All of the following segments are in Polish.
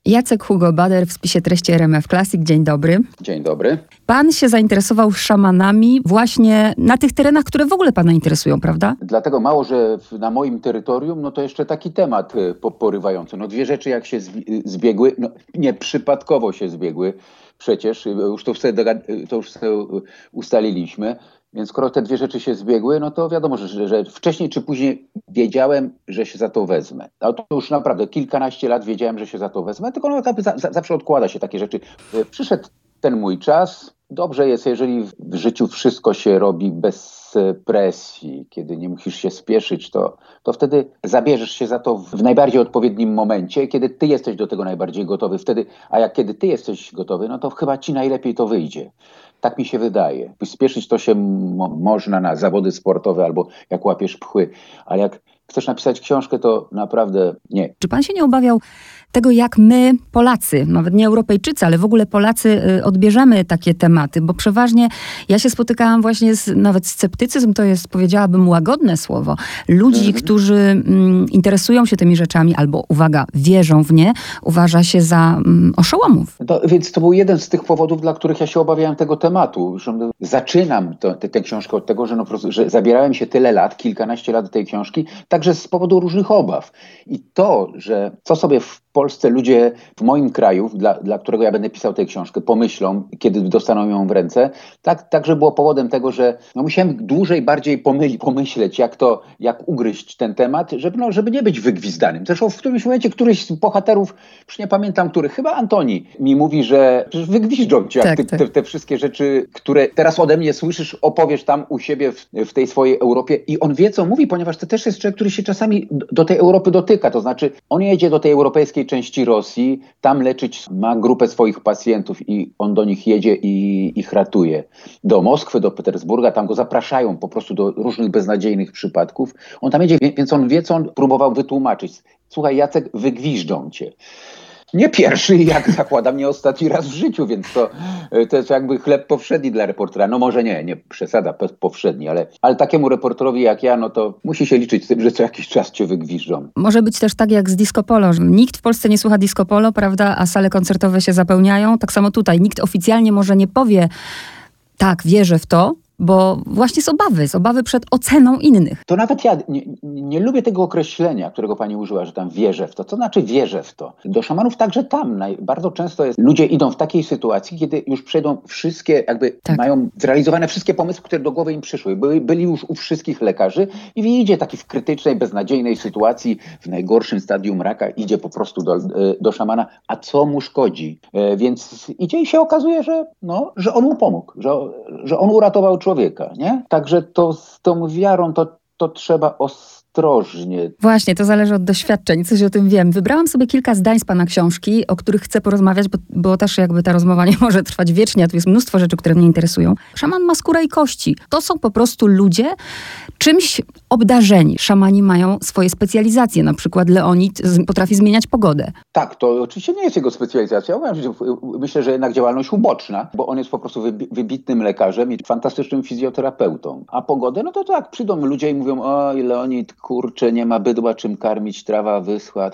Jacek Hugo Bader w spisie treści RMF Classic. Dzień dobry. Dzień dobry. Pan się zainteresował szamanami właśnie na tych terenach, które w ogóle pana interesują, prawda? Dlatego mało, że na moim terytorium, no to jeszcze taki temat porywający. No dwie rzeczy jak się zbiegły, no nie przypadkowo się zbiegły, przecież już to już sobie ustaliliśmy. Więc skoro te dwie rzeczy się zbiegły, no to wiadomo, że wcześniej czy później wiedziałem, że się za to wezmę. Ale to już naprawdę kilkanaście lat wiedziałem, że się za to wezmę, tylko no, zawsze odkłada się takie rzeczy. Przyszedł ten mój czas. Dobrze jest, jeżeli w życiu wszystko się robi bez presji, kiedy nie musisz się spieszyć, to wtedy zabierzesz się za to w najbardziej odpowiednim momencie, kiedy ty jesteś do tego najbardziej gotowy. Kiedy ty jesteś gotowy, no to chyba ci najlepiej to wyjdzie. Tak mi się wydaje. Spieszyć to się można na zawody sportowe albo jak łapiesz pchły, ale jak chcesz napisać książkę, to naprawdę nie. Czy pan się nie obawiał tego, jak my, Polacy, nawet nie Europejczycy, ale w ogóle Polacy odbierzemy takie tematy? Bo przeważnie ja się spotykałam właśnie nawet sceptycyzm, to jest, powiedziałabym, łagodne słowo. Ludzi, którzy interesują się tymi rzeczami albo, uwaga, wierzą w nie, uważa się za oszołomów. Więc to był jeden z tych powodów, dla których ja się obawiałem tego tematu. Zaczynam tę książkę od tego, że, że zabierałem się tyle lat, kilkanaście lat do tej książki, także z powodu różnych obaw. I to, że co sobie w Polsce ludzie w moim kraju, dla którego ja będę pisał tę książkę, pomyślą, kiedy dostaną ją w ręce, także było powodem tego, że musiałem dłużej, bardziej pomyśleć, jak ugryźć ten temat, żeby nie być wygwizdanym. Zresztą w którymś momencie któryś z bohaterów, już nie pamiętam który, chyba Antoni, mi mówi, że przecież wygwiżdżą cię, jak te wszystkie rzeczy, które teraz ode mnie słyszysz, opowiesz tam u siebie w tej swojej Europie. I on wie, co mówi, ponieważ to też jest człowiek, który się czasami do tej Europy dotyka. To znaczy, on jedzie do tej europejskiej części Rosji, tam leczyć, ma grupę swoich pacjentów i on do nich jedzie i ich ratuje. Do Moskwy, do Petersburga, tam go zapraszają po prostu do różnych beznadziejnych przypadków. On tam jedzie, więc on wie, co on próbował wytłumaczyć. Słuchaj, Jacek, wygwiżdżą cię. Nie pierwszy, jak zakładam, nie ostatni raz w życiu, więc to jest jakby chleb powszedni dla reportera. No może nie przesada powszedni, ale takiemu reporterowi jak ja, no to musi się liczyć z tym, że co jakiś czas cię wygwiżdżą. Może być też tak jak z disco polo, że nikt w Polsce nie słucha disco polo, prawda, a sale koncertowe się zapełniają. Tak samo tutaj. Nikt oficjalnie może nie powie, tak, wierzę w to, bo właśnie z obawy przed oceną innych. To nawet ja nie lubię tego określenia, którego pani użyła, że tam wierzę w to. Co znaczy wierzę w to? Do szamanów także tam bardzo często ludzie idą w takiej sytuacji, kiedy już przejdą wszystkie, mają zrealizowane wszystkie pomysły, które do głowy im przyszły. Byli już u wszystkich lekarzy i idzie taki w krytycznej, beznadziejnej sytuacji, w najgorszym stadium raka, idzie po prostu do szamana, a co mu szkodzi? Więc idzie i się okazuje, że on mu pomógł, że on uratował człowieka, nie? Także to z tą wiarą to trzeba ostrożnie. Właśnie, to zależy od doświadczeń, coś o tym wiem. Wybrałam sobie kilka zdań z pana książki, o których chcę porozmawiać, bo też jakby ta rozmowa nie może trwać wiecznie, a tu jest mnóstwo rzeczy, które mnie interesują. Szaman ma skórę i kości. To są po prostu ludzie czymś obdarzeni. Szamani mają swoje specjalizacje. Na przykład Leonid potrafi zmieniać pogodę. Tak, to oczywiście nie jest jego specjalizacja. Myślę, że jednak działalność uboczna, bo on jest po prostu wybitnym lekarzem i fantastycznym fizjoterapeutą. A pogodę, no to tak, przyjdą ludzie i mówią, oj Leonid, kurczę, nie ma bydła czym karmić, trawa wyschła.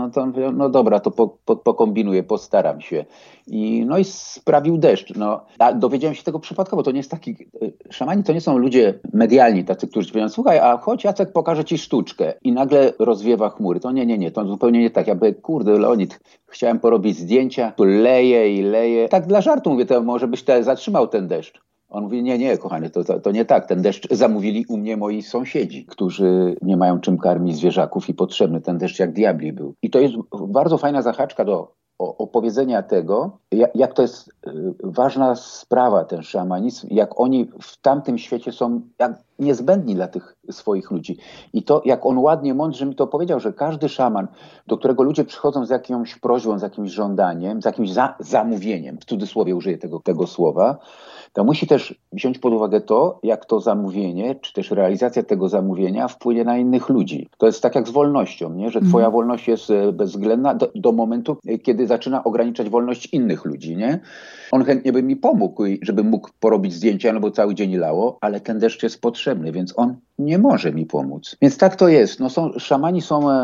No dobra, to pokombinuję, postaram się. I sprawił deszcz. A dowiedziałem się tego przypadkowo. To nie jest taki... Szamani to nie są ludzie medialni, tacy, którzy powiedzą, słuchaj, a chodź Jacek, pokażę ci sztuczkę. I nagle rozwiewa chmury. To nie, to zupełnie nie tak. Ja mówię, kurde, Leonid, chciałem porobić zdjęcia, tu leje i leje. Tak dla żartu mówię, to może byś zatrzymał ten deszcz. On mówi, nie, kochany, to nie tak. Ten deszcz zamówili u mnie moi sąsiedzi, którzy nie mają czym karmić zwierzaków i potrzebny ten deszcz jak diabli był. I to jest bardzo fajna zahaczka do opowiedzenia tego, jak to jest ważna sprawa, ten szamanizm, jak oni w tamtym świecie są niezbędni dla tych swoich ludzi. I to, jak on ładnie, mądrze mi to powiedział, że każdy szaman, do którego ludzie przychodzą z jakąś prośbą, z jakimś żądaniem, z jakimś zamówieniem, w cudzysłowie użyję tego słowa, to musi też wziąć pod uwagę to, jak to zamówienie, czy też realizacja tego zamówienia wpłynie na innych ludzi. To jest tak jak z wolnością, nie? Że twoja wolność jest bezwzględna do momentu, kiedy zaczyna ograniczać wolność innych ludzi, nie? On chętnie by mi pomógł, żeby mógł porobić zdjęcia, no bo cały dzień lało, ale ten deszcz jest potrzebny, więc on nie może mi pomóc. Więc tak to jest. No szamani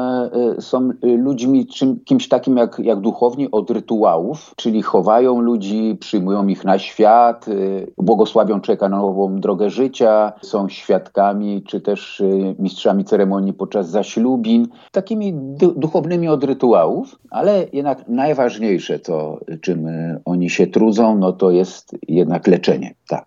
są ludźmi, kimś takim jak duchowni od rytuałów, czyli chowają ludzi, przyjmują ich na świat, błogosławią człowieka na nową drogę życia, są świadkami czy też mistrzami ceremonii podczas zaślubin, takimi duchownymi od rytuałów, ale jednak najważniejsze to, czym oni się trudzą, no to jest jednak leczenie. Tak,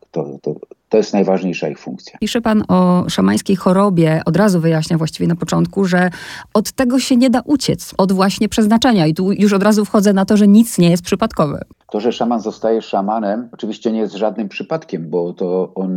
to jest najważniejsza ich funkcja. Pisze pan o szamańskiej chorobie, od razu wyjaśnia właściwie na początku, że od tego się nie da uciec, od właśnie przeznaczenia. I tu już od razu wchodzę na to, że nic nie jest przypadkowe. To, że szaman zostaje szamanem, oczywiście nie jest żadnym przypadkiem, bo to on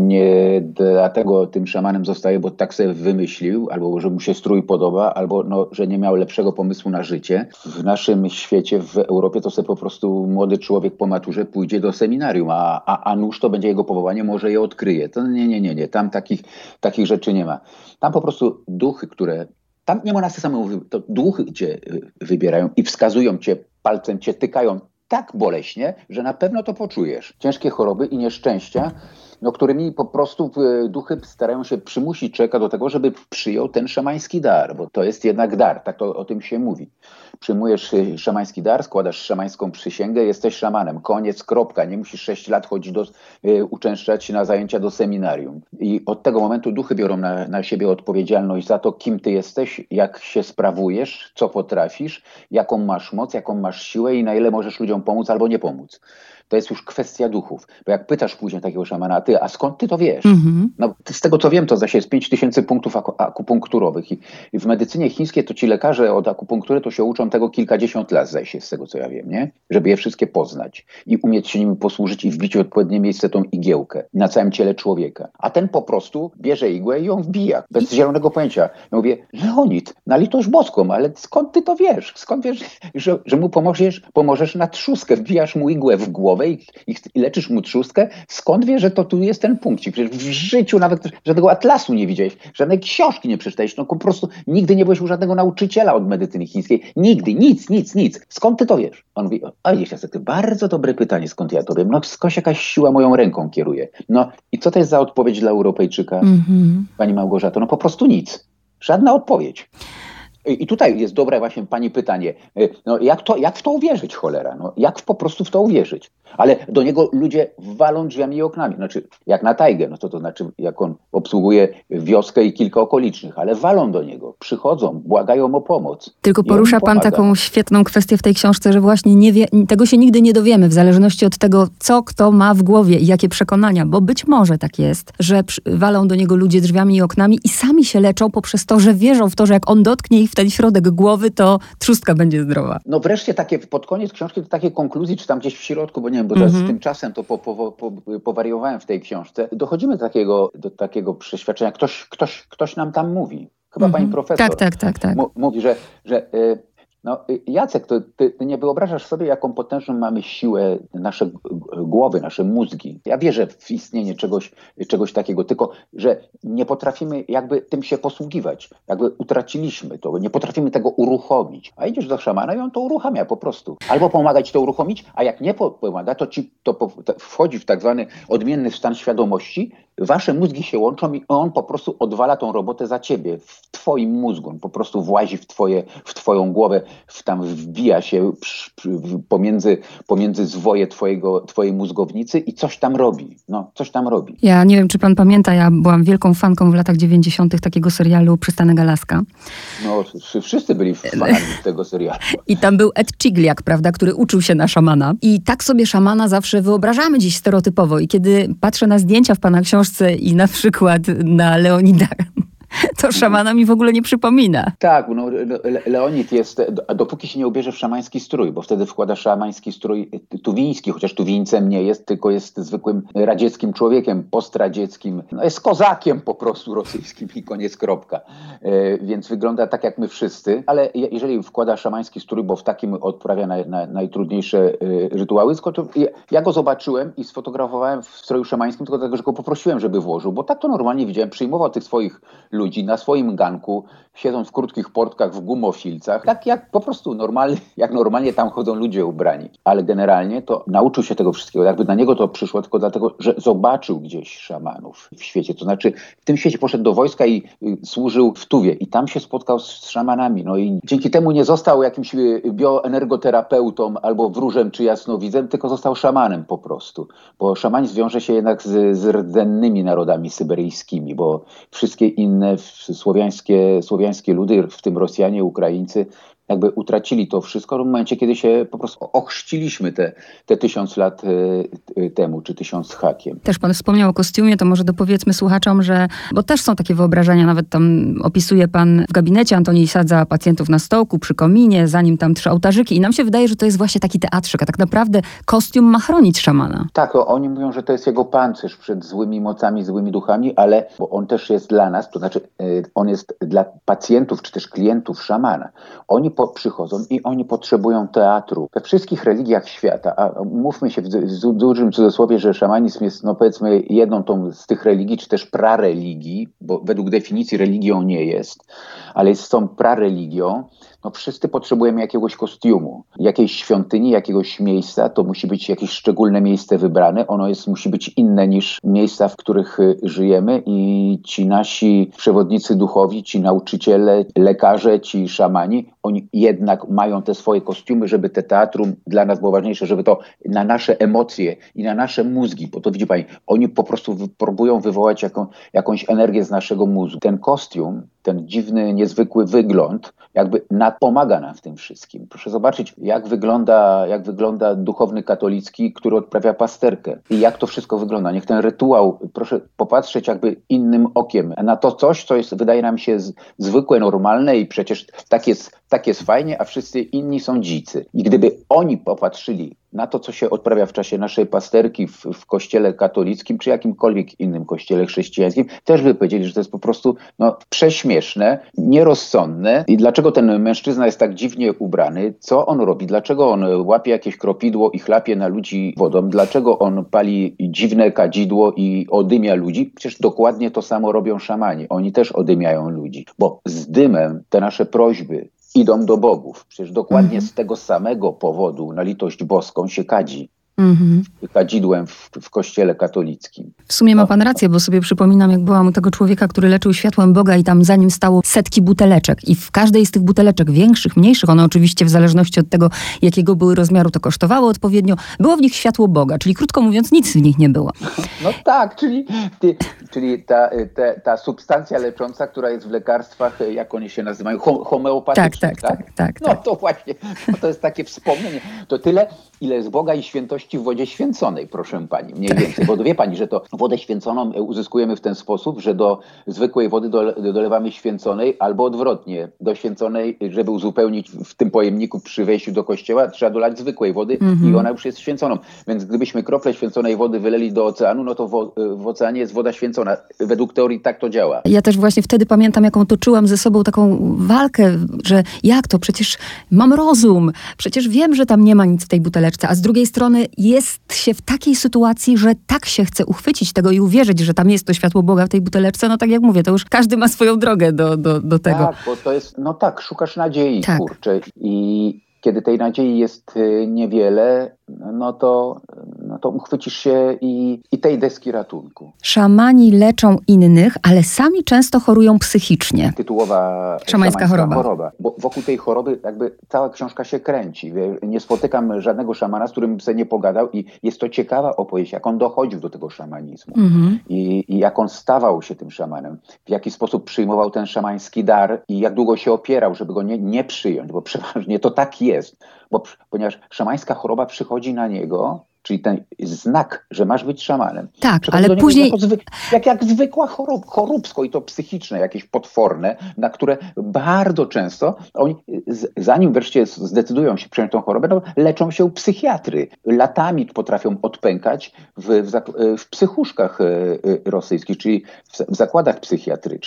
nie dlatego tym szamanem zostaje, bo tak sobie wymyślił, albo że mu się strój podoba, albo że nie miał lepszego pomysłu na życie. W naszym świecie, w Europie, to sobie po prostu młody człowiek po maturze pójdzie do seminarium, a nuż to będzie jego powołanie, może je odkryje. To nie. Tam takich rzeczy nie ma. Tam po prostu duchy, tam nie ma nas samego, to duchy cię wybierają i wskazują cię, palcem cię tykają tak boleśnie, że na pewno to poczujesz. Ciężkie choroby i nieszczęścia, którymi po prostu duchy starają się przymusić człowieka do tego, żeby przyjął ten szamański dar, bo to jest jednak dar, tak to o tym się mówi. Przyjmujesz szamański dar, składasz szamańską przysięgę, jesteś szamanem, koniec, kropka, nie musisz 6 lat chodzić uczęszczać na zajęcia do seminarium. I od tego momentu duchy biorą na siebie odpowiedzialność za to, kim ty jesteś, jak się sprawujesz, co potrafisz, jaką masz moc, jaką masz siłę i na ile możesz ludziom pomóc albo nie pomóc. To jest już kwestia duchów. Bo jak pytasz później takiego szamana, a skąd ty to wiesz? No, z tego co wiem, to zaś jest 5000 punktów akupunkturowych. I w medycynie chińskiej to ci lekarze od akupunktury to się uczą tego kilkadziesiąt lat, zdaje się, z tego co ja wiem, nie? Żeby je wszystkie poznać i umieć się nimi posłużyć i wbić w odpowiednie miejsce tą igiełkę na całym ciele człowieka. A ten po prostu bierze igłę i ją wbija, bez zielonego pojęcia. Ja mówię, Leonid, na litość boską, ale skąd ty to wiesz? Skąd wiesz, że mu pomożesz na trzustkę, wbijasz mu igłę w głowę i leczysz mu trzustkę? Skąd wiesz, że to tu jest ten punkcik? Przecież w życiu nawet żadnego atlasu nie widziałeś, żadnej książki nie przeczytałeś, po prostu nigdy nie byłeś u żadnego nauczyciela od medycyny chińskiej. Nigdy, nic. Skąd ty to wiesz? On mówi, to bardzo dobre pytanie, skąd ja to wiem? No skądś jakaś siła moją ręką kieruje. No i co to jest za odpowiedź dla Europejczyka, pani Małgorzato? No po prostu nic. Żadna odpowiedź. I tutaj jest dobre właśnie pani pytanie, jak w to uwierzyć, cholera? Jak po prostu w to uwierzyć? Ale do niego ludzie walą drzwiami i oknami. Znaczy, jak na tajgę, to znaczy, jak on obsługuje wioskę i kilka okolicznych, ale walą do niego, przychodzą, błagają o pomoc. Tylko porusza pan taką świetną kwestię w tej książce, że właśnie tego się nigdy nie dowiemy, w zależności od tego, co kto ma w głowie i jakie przekonania, bo być może tak jest, że walą do niego ludzie drzwiami i oknami i sami się leczą poprzez to, że wierzą w to, że jak on dotknie ich w ten środek głowy, to trzustka będzie zdrowa. No wreszcie pod koniec książki to takie konkluzje, czy tam gdzieś w środku, bo nie wiem, bo z tym czasem to powariowałem w tej książce. Dochodzimy do takiego przeświadczenia, ktoś nam tam mówi. Chyba pani profesor. Tak. Mówi, że Jacek, ty nie wyobrażasz sobie, jaką potężną mamy siłę nasze głowy, nasze mózgi. Ja wierzę w istnienie czegoś takiego, tylko że nie potrafimy jakby tym się posługiwać. Jakby utraciliśmy to, nie potrafimy tego uruchomić. A idziesz do szamana i on to uruchamia po prostu. Albo pomaga ci to uruchomić, a jak nie pomaga, to wchodzi w tak zwany odmienny stan świadomości, wasze mózgi się łączą i on po prostu odwala tą robotę za ciebie, w twoim mózgu. On po prostu włazi w twoją głowę, tam wbija się pomiędzy zwoje twojej mózgownicy i coś tam robi. Coś tam robi. Ja nie wiem, czy pan pamięta, ja byłam wielką fanką w latach 90. takiego serialu Przystanek Alaska. Wszyscy byli fanami tego serialu. I tam był Ed Chigliak, prawda, który uczył się na szamana. I tak sobie szamana zawsze wyobrażamy dziś stereotypowo. I kiedy patrzę na zdjęcia w pana książce i na przykład na Leonida, to szamana mi w ogóle nie przypomina. Tak, Leonid jest, dopóki się nie ubierze w szamański strój, bo wtedy wkłada szamański strój tuwiński, chociaż tuwińcem nie jest, tylko jest zwykłym radzieckim człowiekiem, postradzieckim. Jest kozakiem po prostu rosyjskim i koniec, kropka. Więc wygląda tak jak my wszyscy, ale jeżeli wkłada szamański strój, bo w takim odprawia najtrudniejsze rytuały, to ja go zobaczyłem i sfotografowałem w stroju szamańskim, tylko dlatego, że go poprosiłem, żeby włożył, bo tak to normalnie widziałem, przyjmował tych swoich ludzi ludzi na swoim ganku, siedzą w krótkich portkach, w gumofilcach, tak jak po prostu normalnie tam chodzą ludzie ubrani. Ale generalnie to nauczył się tego wszystkiego. Jakby na niego to przyszło tylko dlatego, że zobaczył gdzieś szamanów w świecie. To znaczy w tym świecie poszedł do wojska i służył w Tuwie i tam się spotkał z szamanami. No i dzięki temu nie został jakimś bioenergoterapeutą albo wróżem czy jasnowidzem, tylko został szamanem po prostu. Bo szamanizm wiąże się jednak z rdzennymi narodami syberyjskimi, bo wszystkie inne słowiańskie ludy, w tym Rosjanie, Ukraińcy, jakby utracili to wszystko w momencie, kiedy się po prostu ochrzciliśmy te 1000 lat temu, czy 1000 z hakiem. Też pan wspomniał o kostiumie, to może dopowiedzmy słuchaczom, że, bo też są takie wyobrażenia, nawet tam opisuje pan w gabinecie, Antoni sadza pacjentów na stołku, przy kominie, zanim tam 3 ołtarzyki i nam się wydaje, że to jest właśnie taki teatrzyk, a tak naprawdę kostium ma chronić szamana. Tak, oni mówią, że to jest jego pancerz przed złymi mocami, złymi duchami, ale bo on też jest dla nas, to znaczy on jest dla pacjentów, czy też klientów szamana. Oni przychodzą i oni potrzebują teatru. We wszystkich religiach świata, a mówmy się w dużym cudzysłowie, że szamanizm jest, no powiedzmy, jedną z tych religii, czy też prareligii, bo według definicji religią nie jest, ale jest tą prareligią. No wszyscy potrzebujemy jakiegoś kostiumu, jakiejś świątyni, jakiegoś miejsca, to musi być jakieś szczególne miejsce wybrane, musi być inne niż miejsca, w których żyjemy i ci nasi przewodnicy duchowi, ci nauczyciele, lekarze, ci szamani, oni jednak mają te swoje kostiumy, żeby te teatrum dla nas było ważniejsze, żeby to na nasze emocje i na nasze mózgi, bo to widzi pani, oni po prostu próbują wywołać jakąś energię z naszego mózgu. Ten kostium, ten dziwny, niezwykły wygląd jakby pomaga nam w tym wszystkim. Proszę zobaczyć, jak wygląda duchowny katolicki, który odprawia pasterkę i jak to wszystko wygląda. Niech ten rytuał, proszę popatrzeć jakby innym okiem na to coś, co jest, wydaje nam się zwykłe, normalne i przecież tak jest fajnie, a wszyscy inni są dzicy. I gdyby oni popatrzyli na to, co się odprawia w czasie naszej pasterki w kościele katolickim, czy jakimkolwiek innym kościele chrześcijańskim, też by powiedzieli, że to jest po prostu prześmieszne, nierozsądne. I dlaczego ten mężczyzna jest tak dziwnie ubrany? Co on robi? Dlaczego on łapie jakieś kropidło i chlapie na ludzi wodą? Dlaczego on pali dziwne kadzidło i odymia ludzi? Przecież dokładnie to samo robią szamani. Oni też odymiają ludzi, bo z dymem te nasze prośby idą do bogów. Przecież dokładnie z tego samego powodu na litość boską się kadzi. Kadzidłem w kościele katolickim. W sumie ma pan rację, bo sobie przypominam, jak byłam u tego człowieka, który leczył światłem Boga i tam za nim stało setki buteleczek. I w każdej z tych buteleczek, większych, mniejszych, one oczywiście w zależności od tego, jakiego były rozmiaru, to kosztowało odpowiednio, było w nich światło Boga, czyli krótko mówiąc, nic w nich nie było. No tak, czyli ta substancja lecząca, która jest w lekarstwach, jak one się nazywają, homeopatycznych, tak? No to właśnie, to jest takie wspomnienie. To tyle, ile jest Boga i świętości w wodzie święconej, proszę pani, mniej więcej. Bo wie pani, że to wodę święconą uzyskujemy w ten sposób, że do zwykłej wody dolewamy święconej, albo odwrotnie, do święconej, żeby uzupełnić w tym pojemniku przy wejściu do kościoła, trzeba dolać zwykłej wody i ona już jest święconą. Więc gdybyśmy krople święconej wody wyleli do oceanu, no to w oceanie jest woda święcona. Według teorii tak to działa. Ja też właśnie wtedy pamiętam, jaką toczyłam ze sobą taką walkę, że jak to? Przecież mam rozum, przecież wiem, że tam nie ma nic w tej buteleczce, a z drugiej strony jest się w takiej sytuacji, że tak się chce uchwycić tego i uwierzyć, że tam jest to światło Boga w tej buteleczce, no tak jak mówię, to już każdy ma swoją drogę do tego. Tak, bo to jest, szukasz nadziei, kurczę. I kiedy tej nadziei jest niewiele, no to uchwycisz się i tej deski ratunku. Szamani leczą innych, ale sami często chorują psychicznie. Tytułowa szamańska choroba. Bo wokół tej choroby jakby cała książka się kręci. Nie spotykam żadnego szamana, z którym bym nie pogadał i jest to ciekawa opowieść, jak on dochodził do tego szamanizmu i jak on stawał się tym szamanem, w jaki sposób przyjmował ten szamański dar i jak długo się opierał, żeby go nie przyjąć, bo przeważnie to tak jest. Ponieważ szamańska choroba przychodzi na niego, czyli ten znak, że masz być szamanem. Tak, ale później... Jak zwykła choróbsko i to psychiczne, jakieś potworne, na które bardzo często oni, zanim wreszcie zdecydują się przyjąć tą chorobę, leczą się u psychiatry. Latami potrafią odpękać w psychuszkach rosyjskich, czyli w zakładach psychiatrycznych.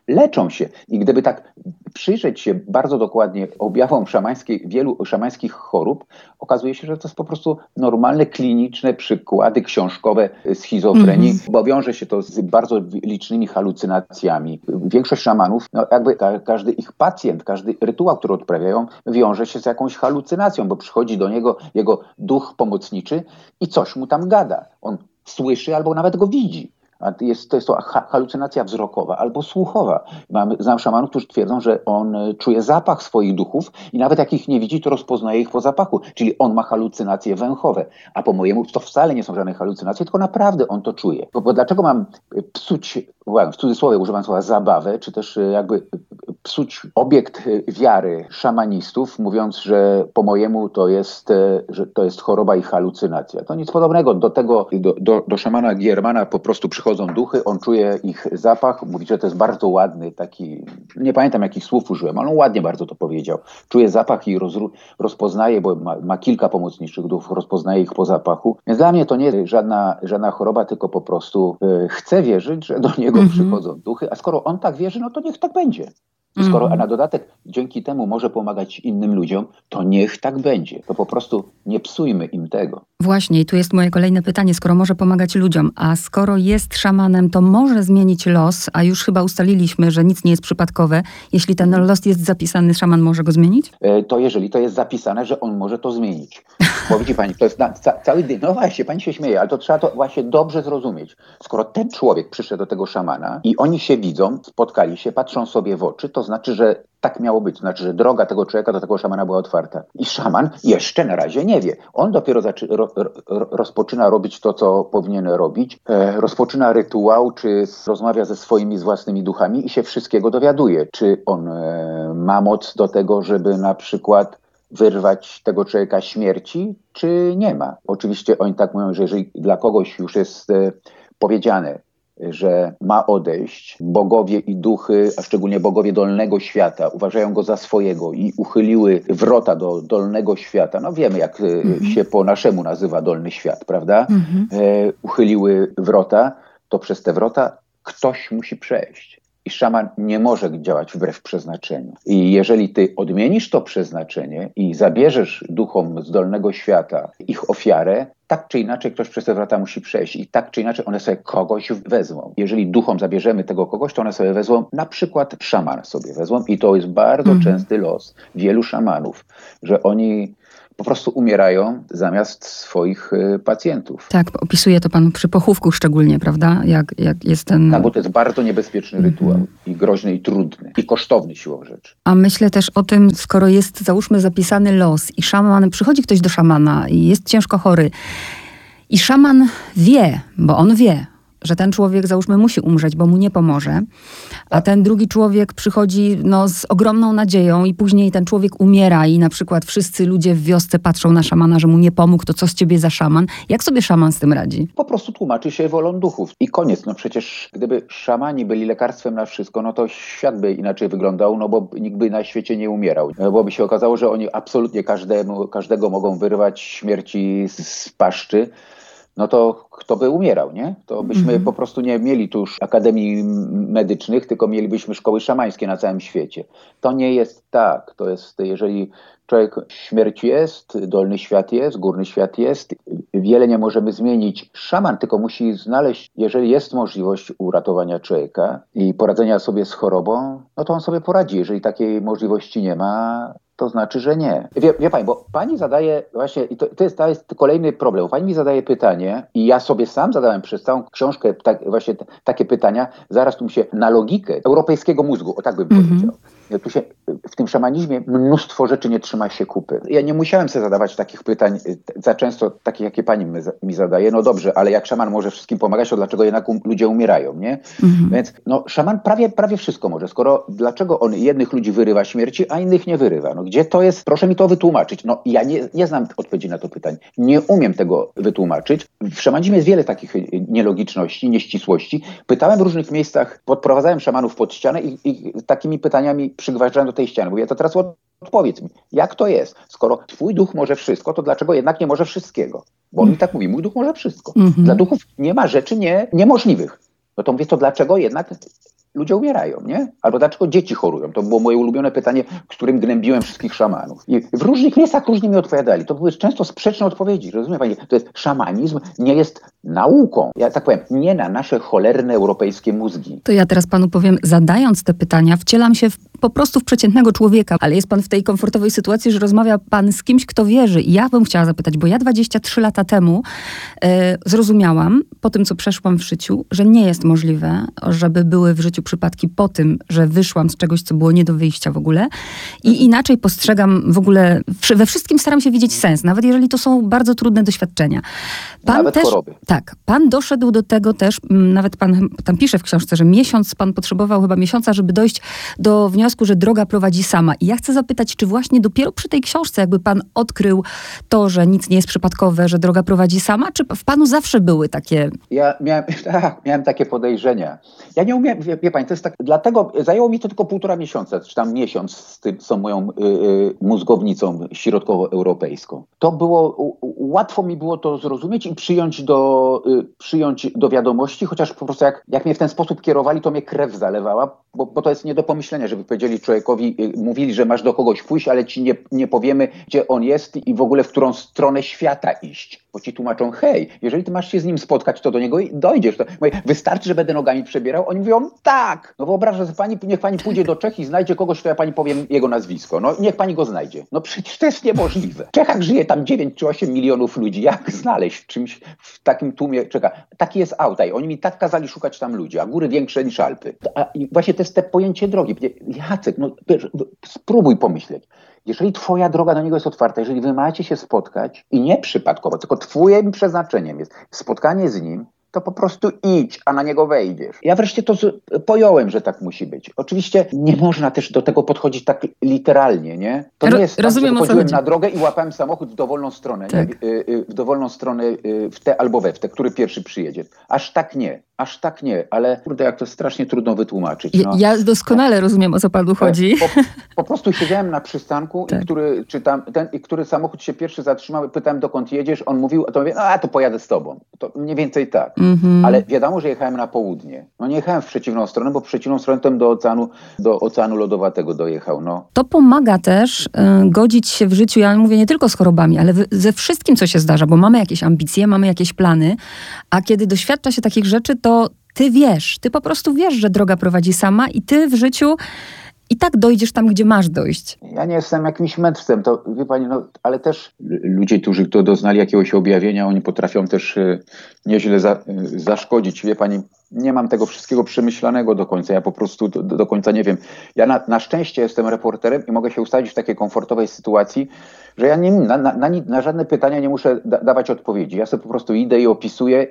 leczą się. I gdyby tak przyjrzeć się bardzo dokładnie objawom wielu szamańskich chorób, okazuje się, że to jest po prostu normalne, kliniczne przykłady książkowe schizofrenii, bo wiąże się to z bardzo licznymi halucynacjami. Większość szamanów, no jakby każdy ich pacjent, każdy rytuał, który odprawiają, wiąże się z jakąś halucynacją, bo przychodzi do niego jego duch pomocniczy i coś mu tam gada. On słyszy albo nawet go widzi. A to jest to halucynacja wzrokowa albo słuchowa. Znam szamanów, którzy twierdzą, że on czuje zapach swoich duchów i nawet jak ich nie widzi, to rozpoznaje ich po zapachu. Czyli on ma halucynacje węchowe. A po mojemu to wcale nie są żadne halucynacje, tylko naprawdę on to czuje. Bo dlaczego mam psuć, w cudzysłowie używam słowa zabawę, czy też jakby psuć obiekt wiary szamanistów, mówiąc, że po mojemu że to jest choroba i halucynacja. To nic podobnego. Do szamana Giermana po prostu przychodzą duchy, on czuje ich zapach, mówi, że to jest bardzo ładny taki, nie pamiętam jakich słów użyłem, ale on ładnie bardzo to powiedział. Czuje zapach i rozpoznaje, bo ma kilka pomocniczych duchów, rozpoznaje ich po zapachu. Więc dla mnie to nie jest żadna choroba, tylko po prostu chcę wierzyć, że do niego przychodzą duchy, a skoro on tak wierzy, no to niech tak będzie. I skoro, a na dodatek dzięki temu może pomagać innym ludziom, to niech tak będzie. To po prostu nie psujmy im tego. Właśnie, i tu jest moje kolejne pytanie. Skoro może pomagać ludziom, a skoro jest szamanem, to może zmienić los, a już chyba ustaliliśmy, że nic nie jest przypadkowe. Jeśli ten los jest zapisany, szaman może go zmienić? To jeżeli to jest zapisane, że on może to zmienić. Bo widzi pani, to jest cały dzień. No właśnie, pani się śmieje, ale to trzeba to właśnie dobrze zrozumieć. Skoro ten człowiek przyszedł do tego szamana i oni się widzą, spotkali się, patrzą sobie w oczy, to znaczy, że tak miało być. To znaczy, że droga tego człowieka do tego szamana była otwarta. I szaman jeszcze na razie nie wie. On dopiero rozpoczyna robić to, co powinien robić. Rozpoczyna rytuał, czy rozmawia ze swoimi własnymi duchami i się wszystkiego dowiaduje. Czy on ma moc do tego, żeby na przykład wyrwać tego człowieka śmierci, czy nie ma. Oczywiście oni tak mówią, że jeżeli dla kogoś już jest powiedziane, że ma odejść, bogowie i duchy, a szczególnie bogowie dolnego świata, uważają go za swojego i uchyliły wrota do dolnego świata. No wiemy, jak się po naszemu nazywa dolny świat, prawda? Uchyliły wrota, to przez te wrota ktoś musi przejść. I szaman nie może działać wbrew przeznaczeniu. I jeżeli ty odmienisz to przeznaczenie i zabierzesz duchom z dolnego świata ich ofiarę, tak czy inaczej ktoś przez te wrota musi przejść i tak czy inaczej one sobie kogoś wezmą. Jeżeli duchom zabierzemy tego kogoś, to one sobie wezmą, na przykład szaman sobie wezmą i to jest bardzo częsty los wielu szamanów, że oni po prostu umierają zamiast swoich pacjentów. Tak, opisuje to pan przy pochówku szczególnie, prawda? Jak jest ten... Tak, bo to jest bardzo niebezpieczny rytuał i groźny, i trudny, i kosztowny siłą rzeczy. A myślę też o tym, skoro jest, załóżmy, zapisany los i szaman, przychodzi ktoś do szamana i jest ciężko chory i szaman wie, bo on wie, że ten człowiek, załóżmy, musi umrzeć, bo mu nie pomoże, a ten drugi człowiek przychodzi z ogromną nadzieją i później ten człowiek umiera i na przykład wszyscy ludzie w wiosce patrzą na szamana, że mu nie pomógł, to co z ciebie za szaman? Jak sobie szaman z tym radzi? Po prostu tłumaczy się wolą duchów i koniec. No przecież gdyby szamani byli lekarstwem na wszystko, no to świat by inaczej wyglądał, no bo nikt by na świecie nie umierał. Bo by się okazało, że oni absolutnie każdego mogą wyrwać śmierci z paszczy. No to kto by umierał, nie? To byśmy po prostu nie mieli tu już akademii medycznych, tylko mielibyśmy szkoły szamańskie na całym świecie. To nie jest tak. To jest, jeżeli śmierć jest, dolny świat jest, górny świat jest, wiele nie możemy zmienić. Szaman tylko musi znaleźć, jeżeli jest możliwość uratowania człowieka i poradzenia sobie z chorobą, no to on sobie poradzi. Jeżeli takiej możliwości nie ma, to znaczy, że nie. Wie pani, bo pani zadaje właśnie, i to jest kolejny problem. Pani mi zadaje pytanie i ja sobie sam zadałem przez całą książkę właśnie takie pytania, zaraz tu mi się na logikę europejskiego mózgu, o tak bym powiedział. Tu się w tym szamanizmie mnóstwo rzeczy nie trzyma się kupy. Ja nie musiałem sobie zadawać takich pytań za często, takich jakie pani mi zadaje. No dobrze, ale jak szaman może wszystkim pomagać, to dlaczego jednak ludzie umierają, nie? Więc szaman prawie wszystko może. Dlaczego on jednych ludzi wyrywa śmierci, a innych nie wyrywa? No gdzie to jest? Proszę mi to wytłumaczyć. No ja nie znam odpowiedzi na to pytanie. Nie umiem tego wytłumaczyć. W szamanizmie jest wiele takich nielogiczności, nieścisłości. Pytałem w różnych miejscach, podprowadzałem szamanów pod ścianę i takimi pytaniami przygważdżałem do tej ściany. Mówię, to teraz odpowiedz mi, jak to jest? Skoro twój duch może wszystko, to dlaczego jednak nie może wszystkiego? Bo on mi tak mówi, mój duch może wszystko. Dla duchów nie ma rzeczy niemożliwych. No to mówię, to dlaczego jednak ludzie umierają, nie? Albo dlaczego dzieci chorują? To było moje ulubione pytanie, którym gnębiłem wszystkich szamanów. I w różnych miejscach różnie mi odpowiadali. To były często sprzeczne odpowiedzi. Rozumie pani? To jest szamanizm, nie jest nauką. Ja tak powiem, nie na nasze cholerne europejskie mózgi. To ja teraz panu powiem, zadając te pytania, wcielam się po prostu w przeciętnego człowieka, ale jest pan w tej komfortowej sytuacji, że rozmawia pan z kimś, kto wierzy. I ja bym chciała zapytać, bo ja 23 lata temu zrozumiałam, po tym, co przeszłam w życiu, że nie jest możliwe, żeby były w życiu przypadki po tym, że wyszłam z czegoś, co było nie do wyjścia w ogóle. I inaczej postrzegam w ogóle, we wszystkim staram się widzieć sens, nawet jeżeli to są bardzo trudne doświadczenia. Pan nawet też, choroby. Tak, pan doszedł do tego też, nawet pan tam pisze w książce, że pan potrzebował chyba miesiąca, żeby dojść do wniosku, że droga prowadzi sama. I ja chcę zapytać, czy właśnie dopiero przy tej książce jakby pan odkrył to, że nic nie jest przypadkowe, że droga prowadzi sama, czy w panu zawsze były takie... Ja miałem takie podejrzenia. Ja nie umiem, wie pani, to jest tak, dlatego zajęło mi to tylko 1,5 miesiąca, czy tam miesiąc z tą moją mózgownicą środkowoeuropejską. To było, łatwo mi było to zrozumieć i przyjąć do wiadomości, chociaż po prostu jak mnie w ten sposób kierowali, to mnie krew zalewała, bo to jest nie do pomyślenia, żeby powiedzieli człowiekowi, mówili, że masz do kogoś pójść, ale ci nie powiemy, gdzie on jest i w ogóle w którą stronę świata iść. Bo ci tłumaczą, hej, jeżeli ty masz się z nim spotkać, to do niego dojdziesz. To mówię, wystarczy, że będę nogami przebierał. Oni mówią, tak. No wyobrażam sobie, niech pani pójdzie do Czech i znajdzie kogoś, to ja pani powiem jego nazwisko. No niech pani go znajdzie. No przecież to jest niemożliwe. W Czechach żyje tam 9 czy 8 milionów ludzi. Jak znaleźć czymś w takim tłumie? Taki jest Altaj. Oni mi tak kazali szukać tam ludzi, a góry większe niż Alpy. I właśnie to jest te pojęcie drogi. Jacek, no spróbuj pomyśleć. Jeżeli twoja droga do niego jest otwarta, jeżeli wy macie się spotkać i nie przypadkowo, tylko twoim przeznaczeniem jest spotkanie z nim, to po prostu idź, a na niego wejdziesz. Ja wreszcie to pojąłem, że tak musi być. Oczywiście nie można też do tego podchodzić tak literalnie, nie? To nie jest tak, że chodziłem na drogę i łapałem samochód w dowolną stronę, tak. W dowolną stronę, w tę albo we w tę, który pierwszy przyjedzie. Aż tak nie, ale kurde, jak to strasznie trudno wytłumaczyć. No. Ja doskonale rozumiem, o co panu chodzi. Po prostu siedziałem na przystanku tak. i który samochód się pierwszy zatrzymał, pytałem, dokąd jedziesz, on mówił, to mówię, to pojadę z tobą. To mniej więcej tak. Ale wiadomo, że jechałem na południe. No nie jechałem w przeciwną stronę, bo w przeciwną stronę to do Oceanu Lodowatego dojechał. No. To pomaga też godzić się w życiu, ja mówię nie tylko z chorobami, ale ze wszystkim, co się zdarza, bo mamy jakieś ambicje, mamy jakieś plany, a kiedy doświadcza się takich rzeczy, to ty po prostu wiesz, że droga prowadzi sama i ty w życiu i tak dojdziesz tam, gdzie masz dojść. Ja nie jestem jakimś mędrcem, to wie pani, ale też ludzie, którzy to doznali jakiegoś objawienia, oni potrafią też nieźle zaszkodzić. Wie pani, nie mam tego wszystkiego przemyślanego do końca, ja po prostu do końca nie wiem. Ja na szczęście jestem reporterem i mogę się ustawić w takiej komfortowej sytuacji, że ja na żadne pytania nie muszę dawać odpowiedzi. Ja sobie po prostu idę i opisuję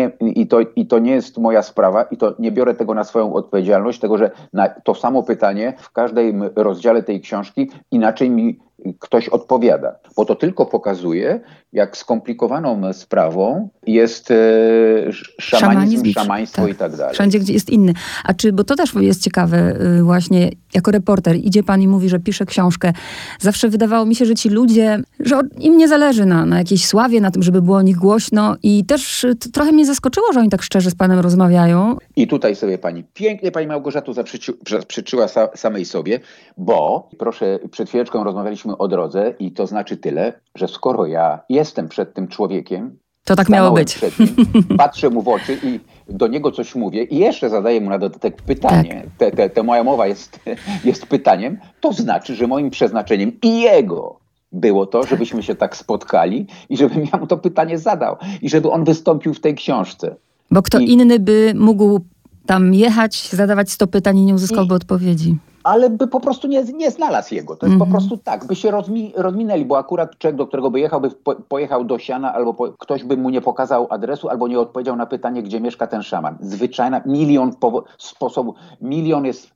i to nie jest moja sprawa i to nie biorę tego na swoją odpowiedzialność, tego, że na to samo pytanie w każdym rozdziale tej książki inaczej mi ktoś odpowiada. Bo to tylko pokazuje, jak skomplikowaną sprawą jest szamanizm, szamaństwo tak. I tak dalej. Wszędzie, gdzie jest inny. Bo to też jest ciekawe właśnie, jako reporter idzie pan i mówi, że pisze książkę. Zawsze wydawało mi się, że ci ludzie, że im nie zależy na jakiejś sławie, na tym, żeby było o nich głośno i też trochę mnie zaskoczyło, że oni tak szczerze z panem rozmawiają. I tutaj sobie pięknie pani Małgorzato zaprzeczyła samej sobie, bo proszę, przed chwileczką rozmawialiśmy o drodze i to znaczy tyle, że skoro ja jestem przed tym człowiekiem, to tak miało być. Nim, patrzę mu w oczy i do niego coś mówię i jeszcze zadaję mu na dodatek pytanie. Tak. Moja mowa jest pytaniem, to znaczy, że moim przeznaczeniem i jego było to, żebyśmy się tak spotkali i żebym ja mu to pytanie zadał i żeby on wystąpił w tej książce. Bo kto inny by mógł tam jechać, zadawać 100 pytań i nie uzyskałby odpowiedzi. Ale by po prostu nie znalazł jego. To jest po prostu tak, by się rozminęli, bo akurat człowiek, do którego by jechał, by pojechał do siana, albo ktoś by mu nie pokazał adresu, albo nie odpowiedział na pytanie, gdzie mieszka ten szaman. Zwyczajna, milion sposobów, milion jest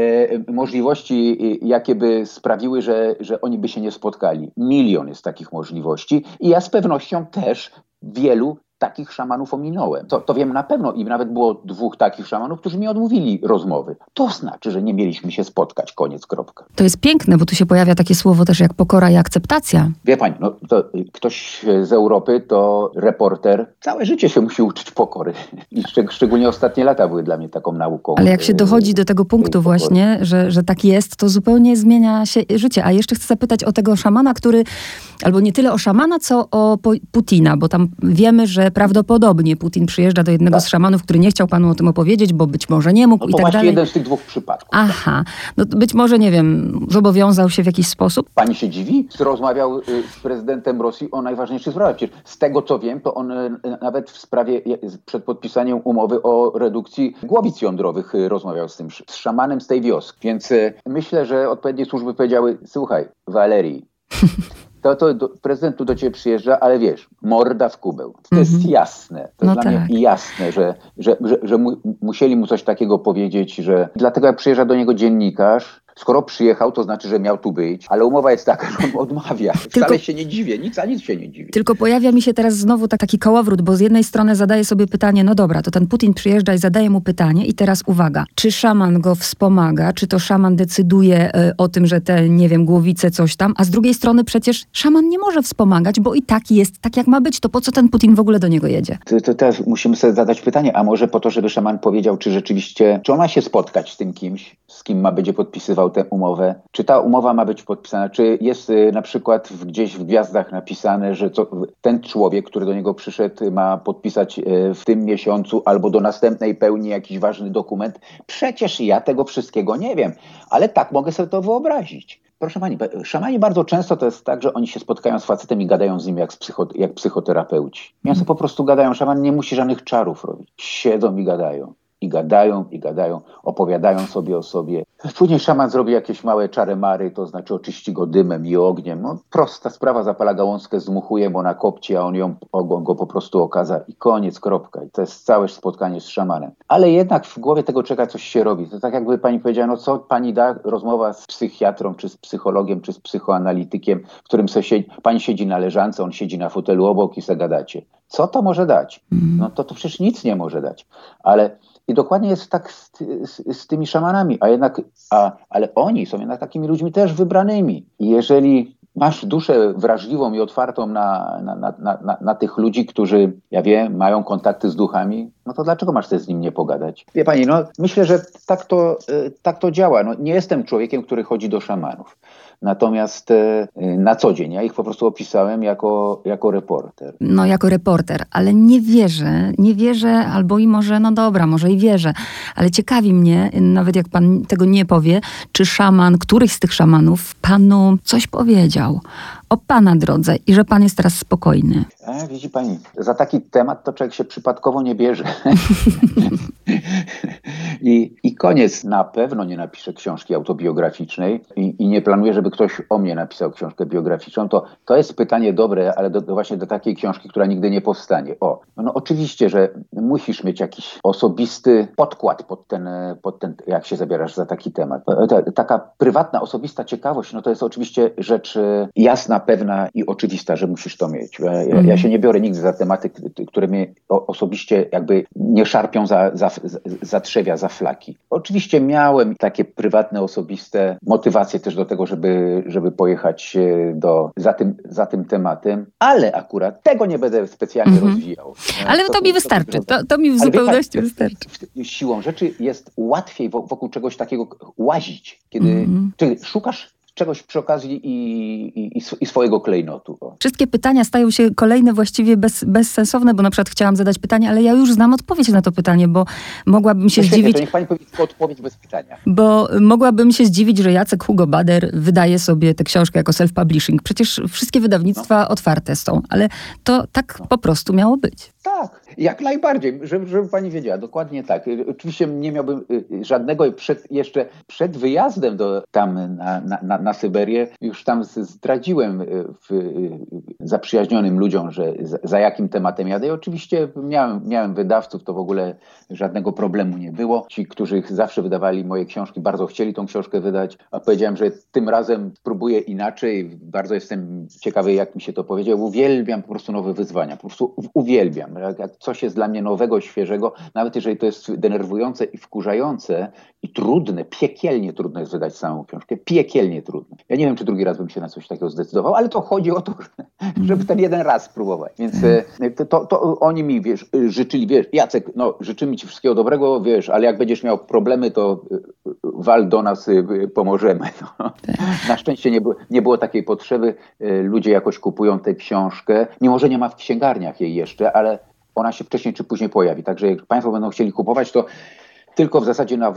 możliwości, jakie by sprawiły, że oni by się nie spotkali. Milion jest takich możliwości i ja z pewnością też wielu takich szamanów ominąłem. To wiem na pewno i nawet było 2 takich szamanów, którzy mi odmówili rozmowy. To znaczy, że nie mieliśmy się spotkać, koniec, kropka. To jest piękne, bo tu się pojawia takie słowo też jak pokora i akceptacja. Wie pani, no to ktoś z Europy, to reporter, całe życie się musi uczyć pokory. I szczególnie ostatnie lata były dla mnie taką nauką. Ale jak się dochodzi do tego punktu właśnie, że tak jest, to zupełnie zmienia się życie. A jeszcze chcę zapytać o tego szamana, który, albo nie tyle o szamana, co o Putina, bo tam wiemy, że prawdopodobnie Putin przyjeżdża do jednego z szamanów, który nie chciał panu o tym opowiedzieć, bo być może nie mógł no i tak dalej. To właśnie dalej. jeden z tych 2 przypadków. Aha. No być może, nie wiem, zobowiązał się w jakiś sposób? Pani się dziwi? Rozmawiał z prezydentem Rosji o najważniejszych sprawach. Przecież z tego, co wiem, to on nawet w sprawie przed podpisaniem umowy o redukcji głowic jądrowych rozmawiał z szamanem z tej wioski. Więc myślę, że odpowiednie służby powiedziały, słuchaj, Walerii, prezydent tu do ciebie przyjeżdża, ale wiesz, morda w kubeł. To jest jasne. To jest dla mnie jasne, że musieli mu coś takiego powiedzieć, że dlatego jak przyjeżdża do niego dziennikarz, skoro przyjechał, to znaczy, że miał tu być, ale umowa jest taka, że on odmawia. Wcale się nie dziwię, nic się nie dziwię. Tylko pojawia mi się teraz znowu taki kołowrót, bo z jednej strony zadaje sobie pytanie, no dobra, to ten Putin przyjeżdża i zadaje mu pytanie i teraz uwaga, czy szaman go wspomaga, czy to szaman decyduje o tym, że te, nie wiem, głowice, coś tam, a z drugiej strony przecież szaman nie może wspomagać, bo i tak jest, tak jak ma być, to po co ten Putin w ogóle do niego jedzie? To teraz musimy sobie zadać pytanie, a może po to, żeby szaman powiedział, czy rzeczywiście, czy on ma się spotkać z tym kimś, z kim będzie podpisywał tę umowę, czy ta umowa ma być podpisana, czy jest na przykład gdzieś w gwiazdach napisane, że ten człowiek, który do niego przyszedł, ma podpisać w tym miesiącu albo do następnej pełni jakiś ważny dokument. Przecież ja tego wszystkiego nie wiem, ale tak mogę sobie to wyobrazić. Proszę pani, szamani bardzo często to jest tak, że oni się spotkają z facetem i gadają z nim jak psychoterapeuci. Oni sobie po prostu gadają, szaman nie musi żadnych czarów robić. Siedzą i gadają. I gadają, opowiadają sobie o sobie. Później szaman zrobi jakieś małe czary-mary, to znaczy oczyści go dymem i ogniem. No, prosta sprawa, zapala gałązkę, zdmuchuje mu na kopcie, a on go po prostu okaza i koniec, kropka. I to jest całe spotkanie z szamanem. Ale jednak w głowie tego czeka coś się robi. To tak jakby pani powiedziała, no co pani da, rozmowa z psychiatrą, czy z psychologiem, czy z psychoanalitykiem, w którym pani siedzi na leżance, on siedzi na fotelu obok i se gadacie. Co to może dać? No to przecież nic nie może dać. I dokładnie jest tak z tymi szamanami, ale oni są jednak takimi ludźmi też wybranymi. I jeżeli masz duszę wrażliwą i otwartą na tych ludzi, którzy, ja wiem, mają kontakty z duchami, no to dlaczego masz też z nim nie pogadać? Wie pani, no myślę, że tak to działa. No, nie jestem człowiekiem, który chodzi do szamanów. Natomiast na co dzień ja ich po prostu opisałem jako reporter. No jako reporter, ale nie wierzę, albo i może, no dobra, może i wierzę, ale ciekawi mnie, nawet jak pan tego nie powie, czy któryś z tych szamanów panu coś powiedział o pana drodze i że pan jest teraz spokojny. Widzi pani, za taki temat to człowiek się przypadkowo nie bierze. I koniec. Na pewno nie napiszę książki autobiograficznej i nie planuję, żeby ktoś o mnie napisał książkę biograficzną. To jest pytanie dobre, ale właśnie do takiej książki, która nigdy nie powstanie. No oczywiście, że musisz mieć jakiś osobisty podkład pod ten, jak się zabierasz za taki temat. Taka prywatna, osobista ciekawość, no to jest oczywiście rzecz jasna, pewna i oczywista, że musisz to mieć. Ja się nie biorę nigdy za tematy, które mnie osobiście jakby nie szarpią za trzewia, za flaki. Oczywiście miałem takie prywatne, osobiste motywacje też do tego, żeby pojechać za tym tematem, ale akurat tego nie będę specjalnie rozwijał. Ale to mi wystarczy. To mi w zupełności wystarczy. Siłą rzeczy jest łatwiej wokół czegoś takiego łazić, kiedy szukasz czegoś przy okazji i swojego klejnotu. Wszystkie pytania stają się kolejne właściwie bezsensowne, bo na przykład chciałam zadać pytanie, ale ja już znam odpowiedź na to pytanie, bo mogłabym się zdziwić... To niech pani powie odpowiedź bez pytania. Bo mogłabym się zdziwić, że Jacek Hugo Bader wydaje sobie tę książkę jako self-publishing. Przecież wszystkie wydawnictwa otwarte są, ale to tak po prostu miało być. Tak. Jak najbardziej, żeby pani wiedziała, dokładnie tak. Oczywiście nie miałbym żadnego jeszcze przed wyjazdem tam na Syberię, już tam zdradziłem zaprzyjaźnionym ludziom, że za jakim tematem jadę. I oczywiście miałem wydawców, to w ogóle żadnego problemu nie było. Ci, którzy zawsze wydawali moje książki, bardzo chcieli tą książkę wydać, a powiedziałem, że tym razem spróbuję inaczej. Bardzo jestem ciekawy, jak mi się to powiedział. Uwielbiam po prostu nowe wyzwania. Po prostu uwielbiam. Jak coś jest dla mnie nowego, świeżego, nawet jeżeli to jest denerwujące i wkurzające i trudne, piekielnie trudno jest wydać samą książkę. Piekielnie trudno. Ja nie wiem, czy drugi raz bym się na coś takiego zdecydował, ale to chodzi o to, żeby ten jeden raz spróbować. Więc to oni mi, życzyli, Jacek, życzymy ci wszystkiego dobrego, ale jak będziesz miał problemy, to wal do nas, pomożemy. Na szczęście nie było takiej potrzeby. Ludzie jakoś kupują tę książkę, mimo że nie ma w księgarniach jej jeszcze, ale ona się wcześniej czy później pojawi. Także jak państwo będą chcieli kupować, to tylko w zasadzie na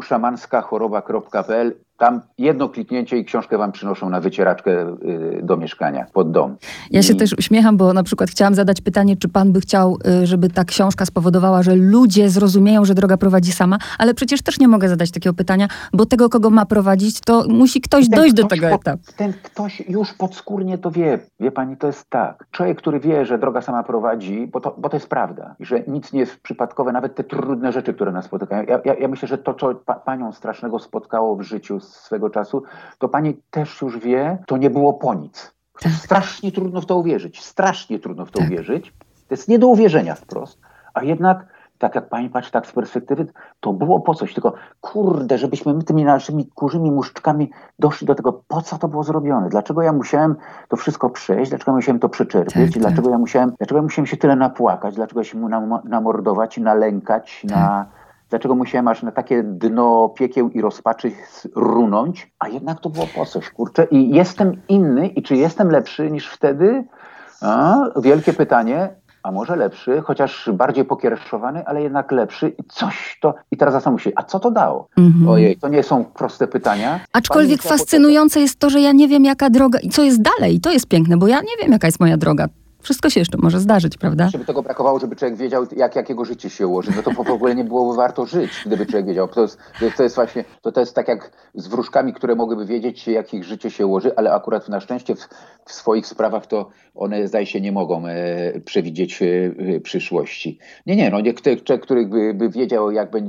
www.szamanskachoroba.pl. Tam jedno kliknięcie i książkę wam przynoszą na wycieraczkę do mieszkania, pod dom. Ja się też uśmiecham, bo na przykład chciałam zadać pytanie, czy pan by chciał, żeby ta książka spowodowała, że ludzie zrozumieją, że droga prowadzi sama, ale przecież też nie mogę zadać takiego pytania, bo tego, kogo ma prowadzić, to musi ktoś dojść do tego etapu. Ten ktoś już podskórnie to wie. Wie pani, to jest tak. Człowiek, który wie, że droga sama prowadzi, bo to jest prawda, że nic nie jest przypadkowe, nawet te trudne rzeczy, które nas spotykają. Ja myślę, że to, co panią strasznego spotkało w życiu swego czasu, to pani też już wie, to nie było po nic. Strasznie trudno w to uwierzyć. Strasznie trudno w to uwierzyć. To jest nie do uwierzenia wprost. A jednak, tak jak pani patrzy tak z perspektywy, to było po coś. Tylko kurde, żebyśmy my tymi naszymi kurzymi muszczkami doszli do tego, po co to było zrobione. Dlaczego ja musiałem to wszystko przejść? Dlaczego ja musiałem to przeczerpieć? Dlaczego ja musiałem się tyle napłakać? Dlaczego ja się mu namordować, nalękać, Dlaczego musiałem aż na takie dno piekieł i rozpaczy runąć? A jednak to było po coś, kurczę. I jestem inny i czy jestem lepszy niż wtedy? Wielkie pytanie. A może lepszy, chociaż bardziej pokiereszowany, ale jednak lepszy. I coś to... I teraz zastanów się, a co to dało? Ojej, to nie są proste pytania. Aczkolwiek fascynujące jest to, że ja nie wiem, jaka droga i co jest dalej. I to jest piękne, bo ja nie wiem, jaka jest moja droga. Wszystko się jeszcze może zdarzyć, prawda? Żeby tego brakowało, żeby człowiek wiedział, jakiego życie się ułoży. No to w ogóle nie byłoby warto żyć, gdyby człowiek wiedział. To jest właśnie, to jest tak jak z wróżkami, które mogłyby wiedzieć, jak ich życie się ułoży, ale akurat na szczęście w swoich sprawach to one, zdaje się, nie mogą przewidzieć przyszłości. Nie, człowiek, który by wiedział,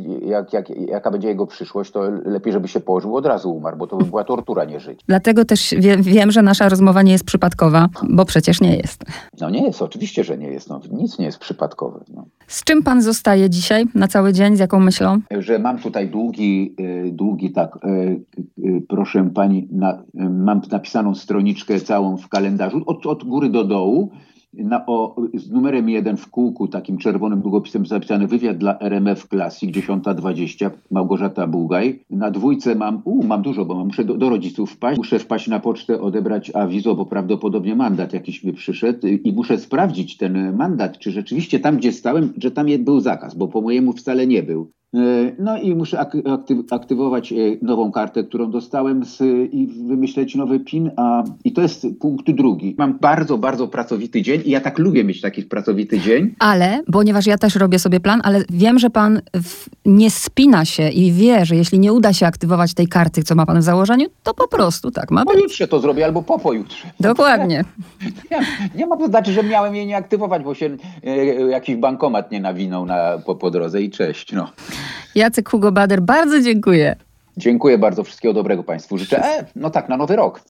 jaka będzie jego przyszłość, to lepiej, żeby się położył, od razu umarł, bo to by była tortura nie żyć. Dlatego też wiem, że nasza rozmowa nie jest przypadkowa, bo przecież nie jest. No nie jest, oczywiście, że nie jest. Nic nie jest przypadkowe. Z czym pan zostaje dzisiaj na cały dzień? Z jaką myślą? Że mam tutaj długi proszę pani, mam napisaną stroniczkę całą w kalendarzu, od góry do dołu. Z numerem 1 w kółku, takim czerwonym długopisem zapisany wywiad dla RMF Classic 10:20, Małgorzata Bugaj. Na 2 mam dużo, bo muszę do rodziców wpaść. Muszę wpaść na pocztę, odebrać awizo, bo prawdopodobnie mandat jakiś mi przyszedł i muszę sprawdzić ten mandat, czy rzeczywiście tam, gdzie stałem, że tam był zakaz, bo po mojemu wcale nie był. No i muszę aktywować nową kartę, którą dostałem i wymyśleć nowy PIN, i to jest punkt 2. Mam bardzo, bardzo pracowity dzień i ja tak lubię mieć taki pracowity dzień. Ale, ponieważ ja też robię sobie plan, ale wiem, że pan nie spina się i wie, że jeśli nie uda się aktywować tej karty, co ma pan w założeniu, to po prostu tak ma być. Pojutrze to zrobię albo pojutrze. Dokładnie. Nie ma to znaczy, że miałem jej nie aktywować, bo się jakiś bankomat nie nawinął po drodze i cześć. Jacek Hugo Bader, bardzo dziękuję. Dziękuję bardzo. Wszystkiego dobrego państwu życzę. Na nowy rok.